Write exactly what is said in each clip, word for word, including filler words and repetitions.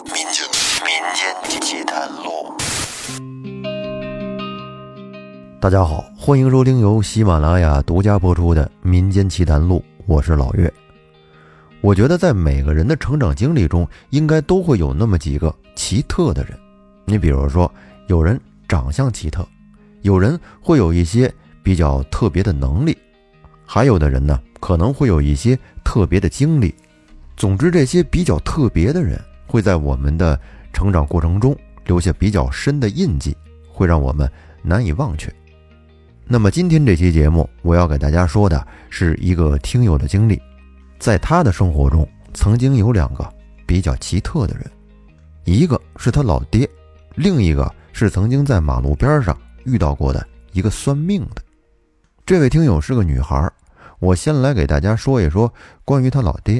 民间民间奇谈录。 大家好，欢迎收听由喜马拉雅独家播出的《民间奇谈录》，我是老岳。我觉得在每个人的成长经历中，应该都会有那么几个奇特的人。你比如说，有人长相奇特，有人会有一些比较特别的能力，还有的人呢，可能会有一些特别的经历。总之，这些比较特别的人会在我们的成长过程中留下比较深的印记，会让我们难以忘却。那么今天这期节目，我要给大家说的是一个听友的经历。在他的生活中，曾经有两个比较奇特的人，一个是他老爹，另一个是曾经在马路边上遇到过的一个算命的。这位听友是个女孩，我先来给大家说一说关于他老爹。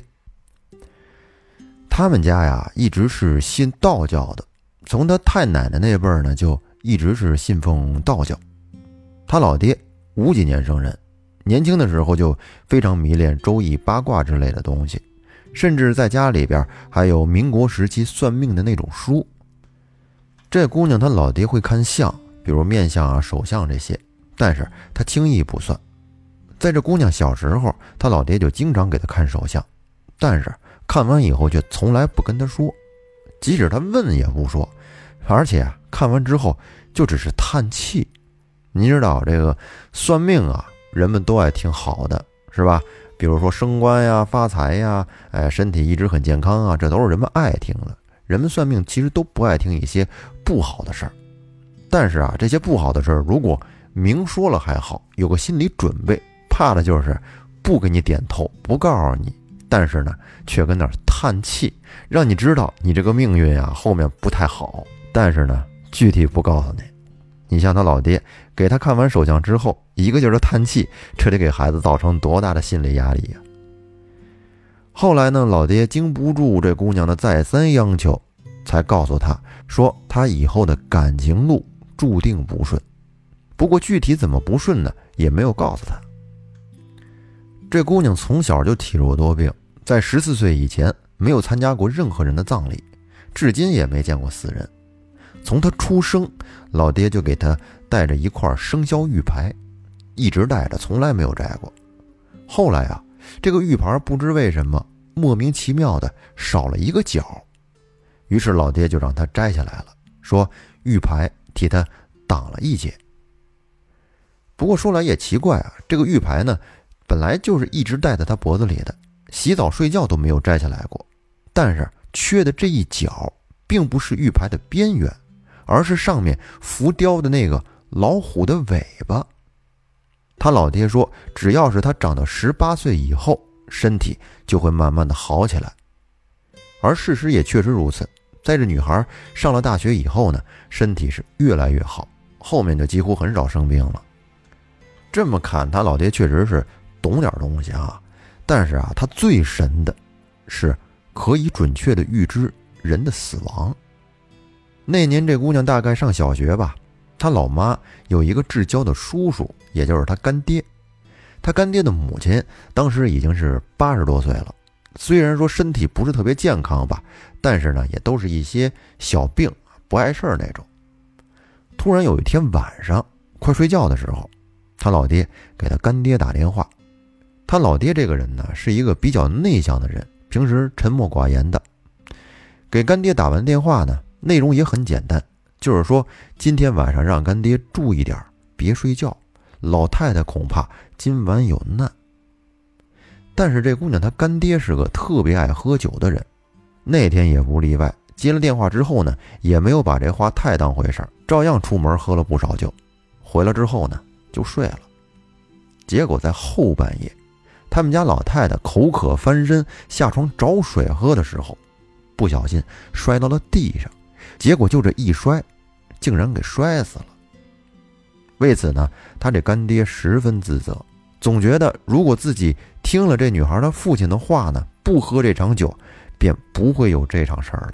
他们家呀，一直是信道教的，从他太奶奶那辈儿呢，就一直是信奉道教。他老爹五几年生人，年轻的时候就非常迷恋周易八卦之类的东西，甚至在家里边还有民国时期算命的那种书。这姑娘她老爹会看相，比如面相啊、手相这些，但是她轻易不算。在这姑娘小时候，她老爹就经常给她看手相，但是看完以后却从来不跟她说，即使她问也不说，而且啊，看完之后就只是叹气。你知道这个算命啊，人们都爱听好的，是吧？比如说升官呀、发财呀，哎，身体一直很健康啊，这都是人们爱听的。人们算命其实都不爱听一些不好的事儿。但是啊，这些不好的事儿如果明说了还好，有个心理准备，怕的就是不给你点透，不告诉你，但是呢，却跟那儿叹气，让你知道你这个命运啊后面不太好，但是呢，具体不告诉你。你像他老爹给他看完手相之后，一个劲儿的叹气，这得给孩子造成多大的心理压力呀！后来呢，老爹经不住这姑娘的再三央求，才告诉她说她以后的感情路注定不顺。不过具体怎么不顺呢，也没有告诉她。这姑娘从小就体弱多病，在十四岁以前没有参加过任何人的葬礼，至今也没见过死人。从他出生，老爹就给他带着一块生肖玉牌，一直带着，从来没有摘过。后来啊，这个玉牌不知为什么莫名其妙的少了一个角，于是老爹就让他摘下来了，说玉牌替他挡了一劫。不过说来也奇怪啊，这个玉牌呢，本来就是一直戴在他脖子里的，洗澡睡觉都没有摘下来过，但是缺的这一角并不是玉牌的边缘，而是上面浮雕的那个老虎的尾巴。他老爹说，只要是他长到十八岁以后，身体就会慢慢的好起来。而事实也确实如此，在这女孩上了大学以后呢，身体是越来越好，后面就几乎很少生病了。这么看，他老爹确实是懂点东西啊。但是啊，他最神的是可以准确的预知人的死亡。那年这姑娘大概上小学吧，她老妈有一个至交的叔叔，也就是她干爹。她干爹的母亲当时已经是八十多岁了，虽然说身体不是特别健康吧，但是呢也都是一些小病，不碍事儿那种。突然有一天晚上快睡觉的时候，她老爹给她干爹打电话。她老爹这个人呢是一个比较内向的人，平时沉默寡言的。给干爹打完电话呢，内容也很简单，就是说今天晚上让干爹注意点，别睡觉，老太太恐怕今晚有难。但是这姑娘她干爹是个特别爱喝酒的人，那天也不例外，接了电话之后呢，也没有把这话太当回事，照样出门喝了不少酒，回来之后呢就睡了。结果在后半夜，他们家老太太口渴翻身下床找水喝的时候，不小心摔到了地上，结果就这一摔，竟然给摔死了。为此呢，他这干爹十分自责，总觉得如果自己听了这女孩的父亲的话呢，不喝这场酒，便不会有这场事儿了。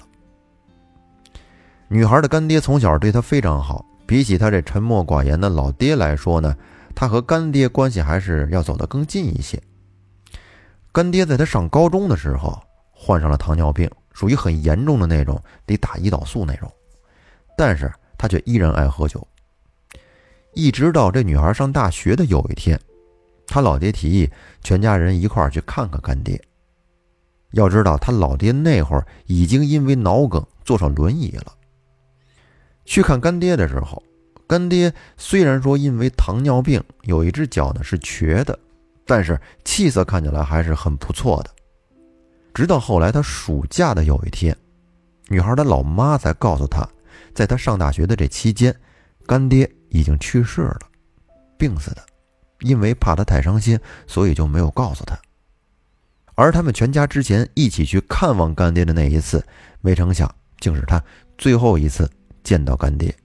女孩的干爹从小对她非常好，比起他这沉默寡言的老爹来说呢，他和干爹关系还是要走得更近一些。干爹在他上高中的时候患上了糖尿病，属于很严重的那种，得打胰岛素那种。但是他却依然爱喝酒。一直到这女孩上大学的有一天，他老爹提议全家人一块儿去看看干爹。要知道他老爹那会儿已经因为脑梗坐上轮椅了。去看干爹的时候，干爹虽然说因为糖尿病有一只脚呢是瘸的，但是气色看起来还是很不错的。直到后来他暑假的有一天，女孩的老妈才告诉他，在他上大学的这期间，干爹已经去世了，病死的。因为怕他太伤心，所以就没有告诉他。而他们全家之前一起去看望干爹的那一次，没成想竟是他最后一次见到干爹。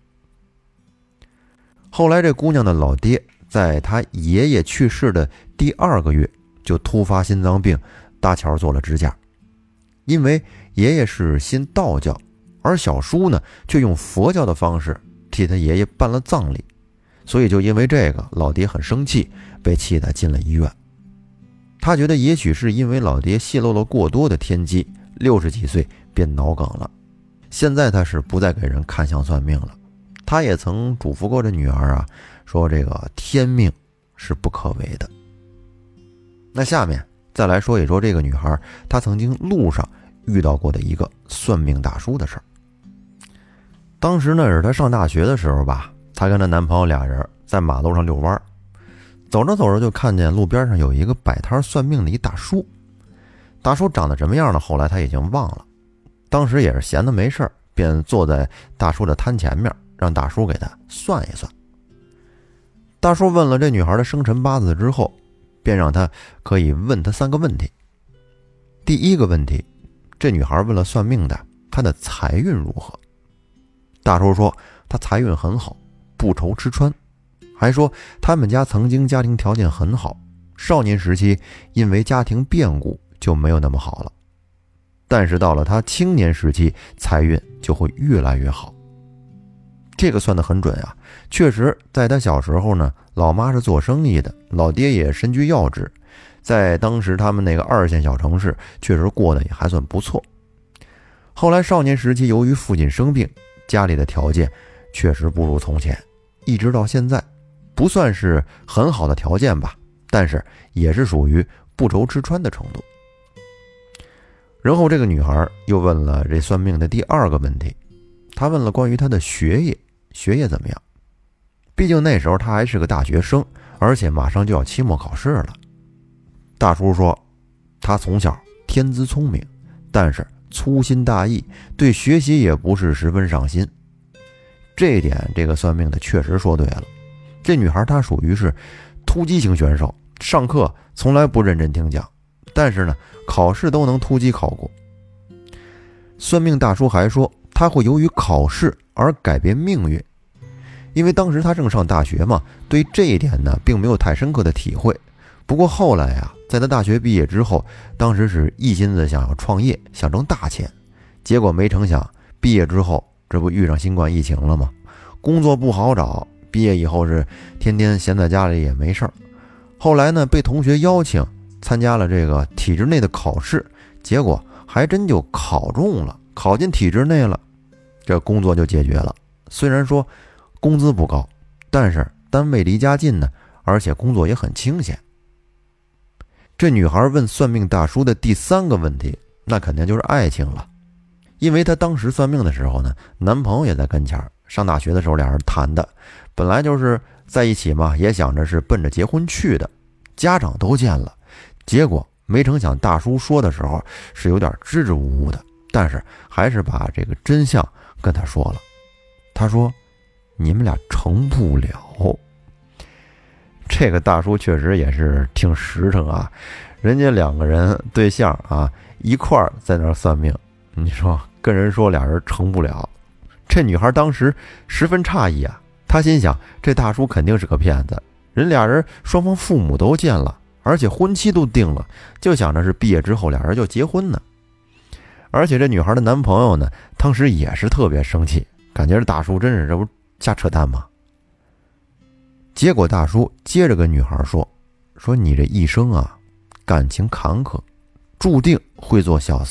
后来这姑娘的老爹在他爷爷去世的第二个月就突发心脏病，搭桥做了支架。因为爷爷是信道教，而小叔呢却用佛教的方式替他爷爷办了葬礼，所以就因为这个，老爹很生气，被气得进了医院。他觉得也许是因为老爹泄露了过多的天机，六十几岁便脑梗了。现在他是不再给人看相算命了。他也曾嘱咐过这女儿啊，说这个天命是不可违的。那下面再来说一说这个女孩她曾经路上遇到过的一个算命大叔的事儿。当时呢是她上大学的时候吧，她跟她男朋友俩人在马路上遛弯，走着走着就看见路边上有一个摆摊算命的一大叔。大叔长得什么样呢？后来他已经忘了。当时也是闲得没事儿，便坐在大叔的摊前面，让大叔给他算一算。大叔问了这女孩的生辰八字之后，便让她可以问她三个问题。第一个问题，这女孩问了算命的她的财运如何。大叔说她财运很好，不愁吃穿，还说他们家曾经家庭条件很好，少年时期因为家庭变故就没有那么好了，但是到了他青年时期，财运就会越来越好。这个算得很准啊，确实在他小时候呢，老妈是做生意的，老爹也身居要职，在当时他们那个二线小城市确实过得也还算不错。后来少年时期由于父亲生病，家里的条件确实不如从前，一直到现在不算是很好的条件吧，但是也是属于不愁吃穿的程度。然后这个女孩又问了这算命的第二个问题，她问了关于她的学业，学业怎么样？毕竟那时候她还是个大学生，而且马上就要期末考试了。大叔说她从小天资聪明，但是粗心大意，对学习也不是十分上心。这一点这个算命的确实说对了。这女孩她属于是突击型选手，上课从来不认真听讲，但是呢考试都能突击考过。算命大叔还说他会由于考试而改变命运，因为当时他正上大学嘛，对这一点呢并没有太深刻的体会。不过后来啊，在他大学毕业之后，当时是一心思想要创业，想挣大钱，结果没成想毕业之后，这不遇上新冠疫情了吗？工作不好找，毕业以后是天天闲在家里也没事儿。后来呢被同学邀请参加了这个体制内的考试，结果还真就考中了，考进体制内了，这工作就解决了。虽然说工资不高，但是单位离家近呢，而且工作也很清闲。这女孩问算命大叔的第三个问题，那肯定就是爱情了。因为她当时算命的时候呢，男朋友也在跟前，上大学的时候俩人谈的，本来就是在一起嘛，也想着是奔着结婚去的，家长都见了，结果没成想大叔说的时候是有点支支吾吾的，但是还是把这个真相跟他说了。他说你们俩成不了。这个大叔确实也是挺实诚啊，人家两个人对象啊一块儿在那儿算命，你说跟人说俩人成不了，这女孩当时十分诧异啊，她心想这大叔肯定是个骗子，人俩人双方父母都见了，而且婚期都定了，就想着是毕业之后俩人就结婚呢。而且这女孩的男朋友呢，当时也是特别生气，感觉这大叔真是这不瞎扯淡吗？结果大叔接着跟女孩说说你这一生啊感情坎坷，注定会做小三儿，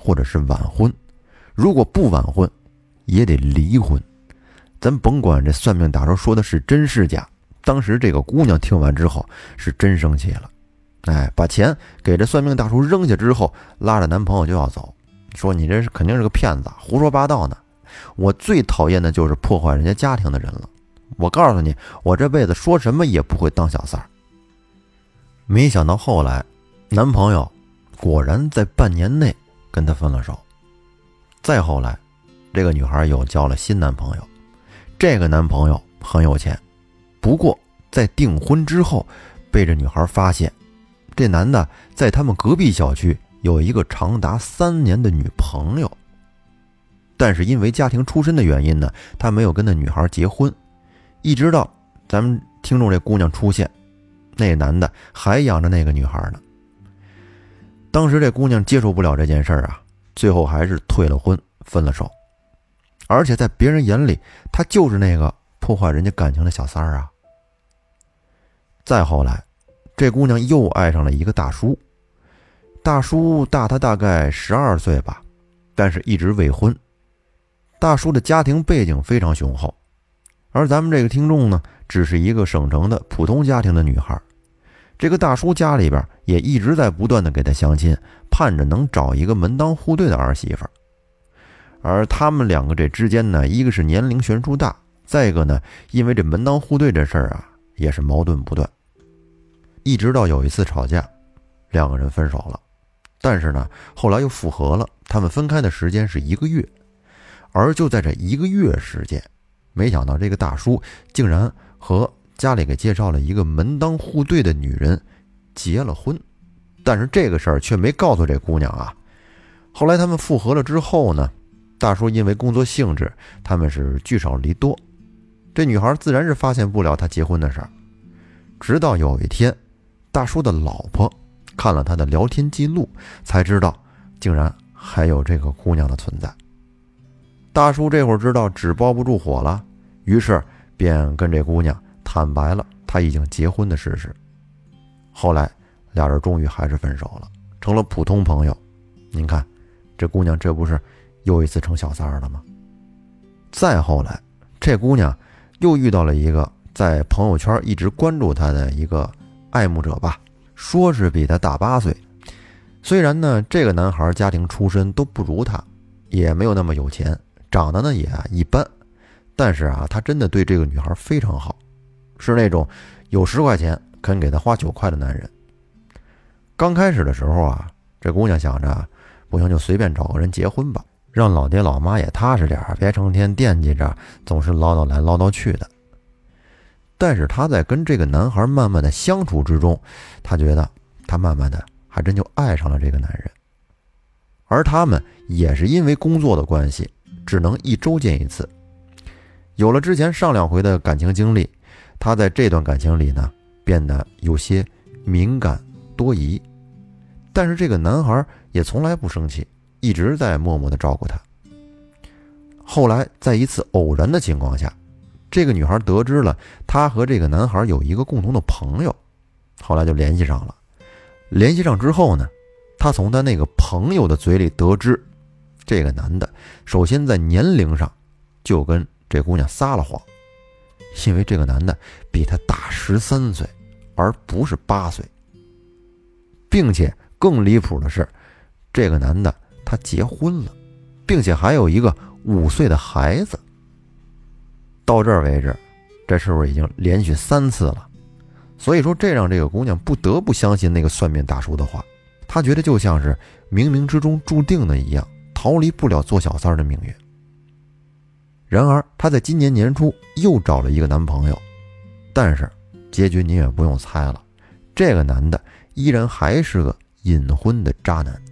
或者是晚婚，如果不晚婚也得离婚。咱甭管这算命大叔说的是真是假，当时这个姑娘听完之后是真生气了，哎，把钱给这算命大叔扔下之后，拉着男朋友就要走，说你这是肯定是个骗子，胡说八道呢，我最讨厌的就是破坏人家家庭的人了，我告诉你，我这辈子说什么也不会当小三儿。没想到后来男朋友果然在半年内跟她分了手。再后来这个女孩又交了新男朋友，这个男朋友很有钱，不过在订婚之后被这女孩发现，这男的在他们隔壁小区有一个长达三年的女朋友，但是因为家庭出身的原因呢，他没有跟那女孩结婚，一直到咱们听众这姑娘出现，那男的还养着那个女孩呢。当时这姑娘接受不了这件事儿啊，最后还是退了婚，分了手。而且在别人眼里，她就是那个破坏人家感情的小三儿啊。再后来，这姑娘又爱上了一个大叔，大叔大她大概十二岁吧，但是一直未婚。大叔的家庭背景非常雄厚，而咱们这个听众呢，只是一个省城的普通家庭的女孩。这个大叔家里边也一直在不断的给她相亲，盼着能找一个门当户对的儿媳妇。而他们两个这之间呢，一个是年龄悬殊大，再一个呢，因为这门当户对这事儿啊，也是矛盾不断。一直到有一次吵架，两个人分手了，但是呢，后来又复合了。他们分开的时间是一个月，而就在这一个月时间，没想到这个大叔竟然和家里给介绍了一个门当户对的女人结了婚。但是这个事儿却没告诉这姑娘啊。后来他们复合了之后呢，大叔因为工作性质，他们是聚少离多，这女孩自然是发现不了他结婚的事儿。直到有一天，大叔的老婆看了他的聊天记录，才知道竟然还有这个姑娘的存在。大叔这会儿知道纸包不住火了，于是便跟这姑娘坦白了他已经结婚的事实。后来俩人终于还是分手了，成了普通朋友。您看这姑娘这不是又一次成小三儿了吗？再后来这姑娘又遇到了一个在朋友圈一直关注她的一个爱慕者吧，说是比她大八岁。虽然呢这个男孩家庭出身都不如她，也没有那么有钱，长得呢也一般，但是啊他真的对这个女孩非常好，是那种有十块钱肯给她花九块的男人。刚开始的时候啊，这姑娘想着不行就随便找个人结婚吧，让老爹老妈也踏实点，别成天惦记着总是唠叨来唠叨去的。但是她在跟这个男孩慢慢的相处之中，她觉得她慢慢的还真就爱上了这个男人。而他们也是因为工作的关系，只能一周见一次。有了之前上两回的感情经历，她在这段感情里呢，变得有些敏感多疑。但是这个男孩也从来不生气，一直在默默地照顾她。后来在一次偶然的情况下，这个女孩得知了她和这个男孩有一个共同的朋友，后来就联系上了。联系上之后呢，她从她那个朋友的嘴里得知，这个男的首先在年龄上就跟这姑娘撒了谎，因为这个男的比她大十三岁，而不是八岁，并且更离谱的是，这个男的他结婚了，并且还有一个五岁的孩子。到这儿为止，这是不是已经连续三次了？所以说这让这个姑娘不得不相信那个算命大叔的话，她觉得就像是冥冥之中注定的一样，逃离不了做小三的命运。然而她在今年年初又找了一个男朋友，但是结局你也不用猜了，这个男的依然还是个隐婚的渣男。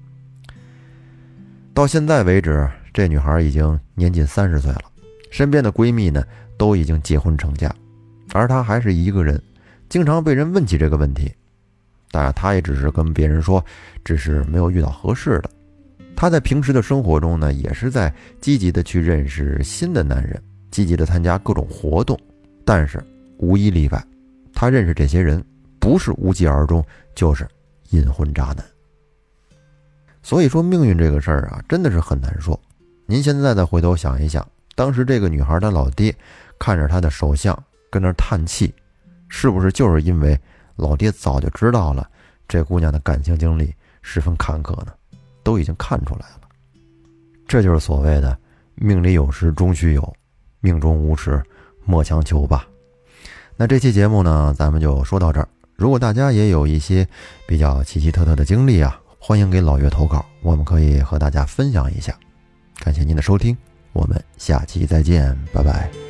到现在为止，这女孩已经年近三十岁了，身边的闺蜜呢都已经结婚成家，而她还是一个人，经常被人问起这个问题。当然她也只是跟别人说，只是没有遇到合适的。她在平时的生活中呢，也是在积极的去认识新的男人，积极的参加各种活动，但是无一例外，她认识这些人不是无疾而终，就是隐婚渣男。 所以说命运这个事儿啊，真的是很难说。您现在再回头想一想，当时这个女孩的老爹看着她的手相跟那儿叹气，是不是就是因为老爹早就知道了这姑娘的感情经历十分坎坷呢？都已经看出来了。这就是所谓的命里有时终须有，命中无时莫强求吧。那这期节目呢，咱们就说到这儿。如果大家也有一些比较奇奇特特的经历啊，欢迎给老岳投稿，我们可以和大家分享一下。感谢您的收听，我们下期再见，拜拜。